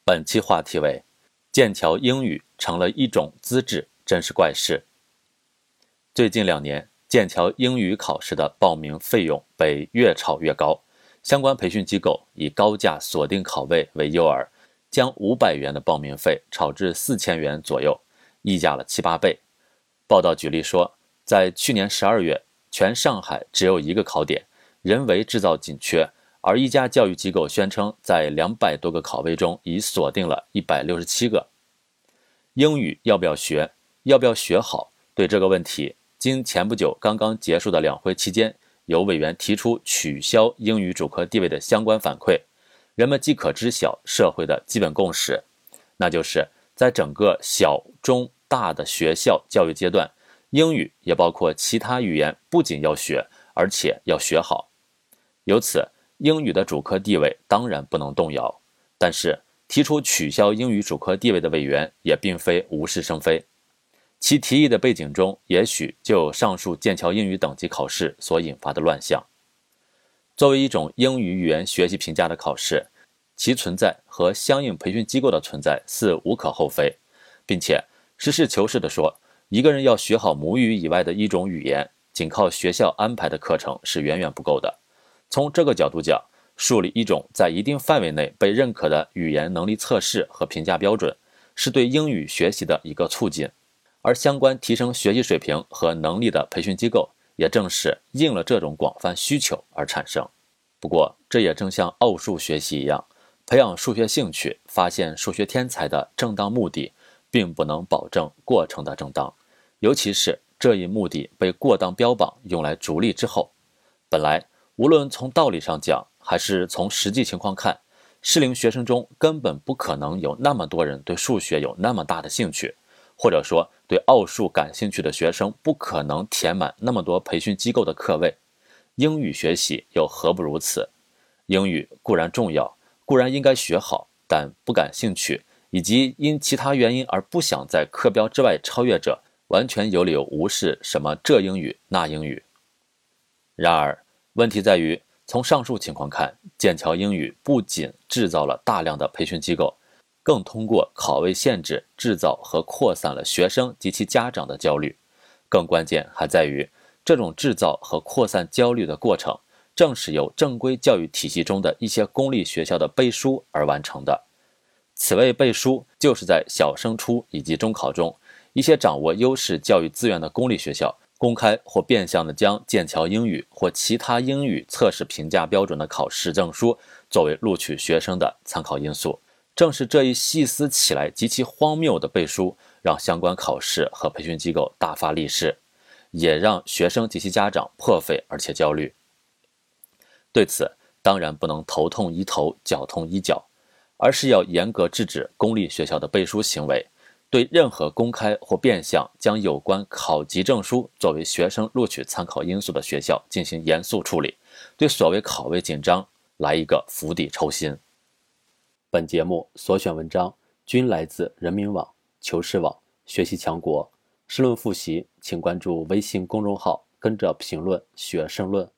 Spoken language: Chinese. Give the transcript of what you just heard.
本期话题为剑桥英语成了一种资质，真是怪事。最近2年，剑桥英语考试的报名费用被越炒越高，相关培训机构以高价锁定考位为诱饵，将500元的报名费炒至4000元左右，溢价了7、8倍。报道举例说，在去年12月，全上海只有一个考点，人为制造紧缺，而一家教育机构宣称在200多个考位中已锁定了167个。英语要不要学，要不要学好？对这个问题，经前不久刚刚结束的两会期间，有委员提出取消英语主科地位的相关反馈，人们即可知晓社会的基本共识，那就是在整个小、中、大的学校教育阶段，英语也包括其他语言，不仅要学，而且要学好。由此，英语的主科地位当然不能动摇，但是提出取消英语主科地位的委员也并非无事生非，其提议的背景中也许就有上述剑桥英语等级考试所引发的乱象。作为一种英语语言学习评价的考试，其存在和相应培训机构的存在似无可厚非，并且实事求是地说，一个人要学好母语以外的一种语言，仅靠学校安排的课程是远远不够的。从这个角度讲，树立一种在一定范围内被认可的语言能力测试和评价标准，是对英语学习的一个促进，而相关提升学习水平和能力的培训机构，也正是应了这种广泛需求而产生。不过，这也正像奥数学习一样，培养数学兴趣、发现数学天才的正当目的，并不能保证过程的正当，尤其是这一目的被过当标榜用来逐利之后。本来无论从道理上讲，还是从实际情况看，适龄学生中根本不可能有那么多人对数学有那么大的兴趣，或者说对奥数感兴趣的学生不可能填满那么多培训机构的课位。英语学习又何不如此？英语固然重要，固然应该学好，但不感兴趣，以及因其他原因而不想在课标之外超越者，完全有理由无视什么这英语那英语。然而，问题在于，从上述情况看，剑桥英语不仅制造了大量的培训机构，更通过考位限制制造和扩散了学生及其家长的焦虑。更关键还在于，这种制造和扩散焦虑的过程，正是由正规教育体系中的一些公立学校的背书而完成的。此谓背书，就是在小升初以及中考中，一些掌握优势教育资源的公立学校公开或变相地将剑桥英语或其他英语测试评价标准的考试证书作为录取学生的参考因素。正是这一细思起来极其荒谬的背书，让相关考试和培训机构大发利市，也让学生及其家长破费而且焦虑。对此，当然不能头痛医头，脚痛医脚，而是要严格制止公立学校的背书行为，对任何公开或变相将有关考级证书作为学生录取参考因素的学校进行严肃处理，对所谓考位紧张来一个釜底抽薪。本节目所选文章均来自人民网、求是网、学习强国。申论复习请关注微信公众号，跟着评论学申论。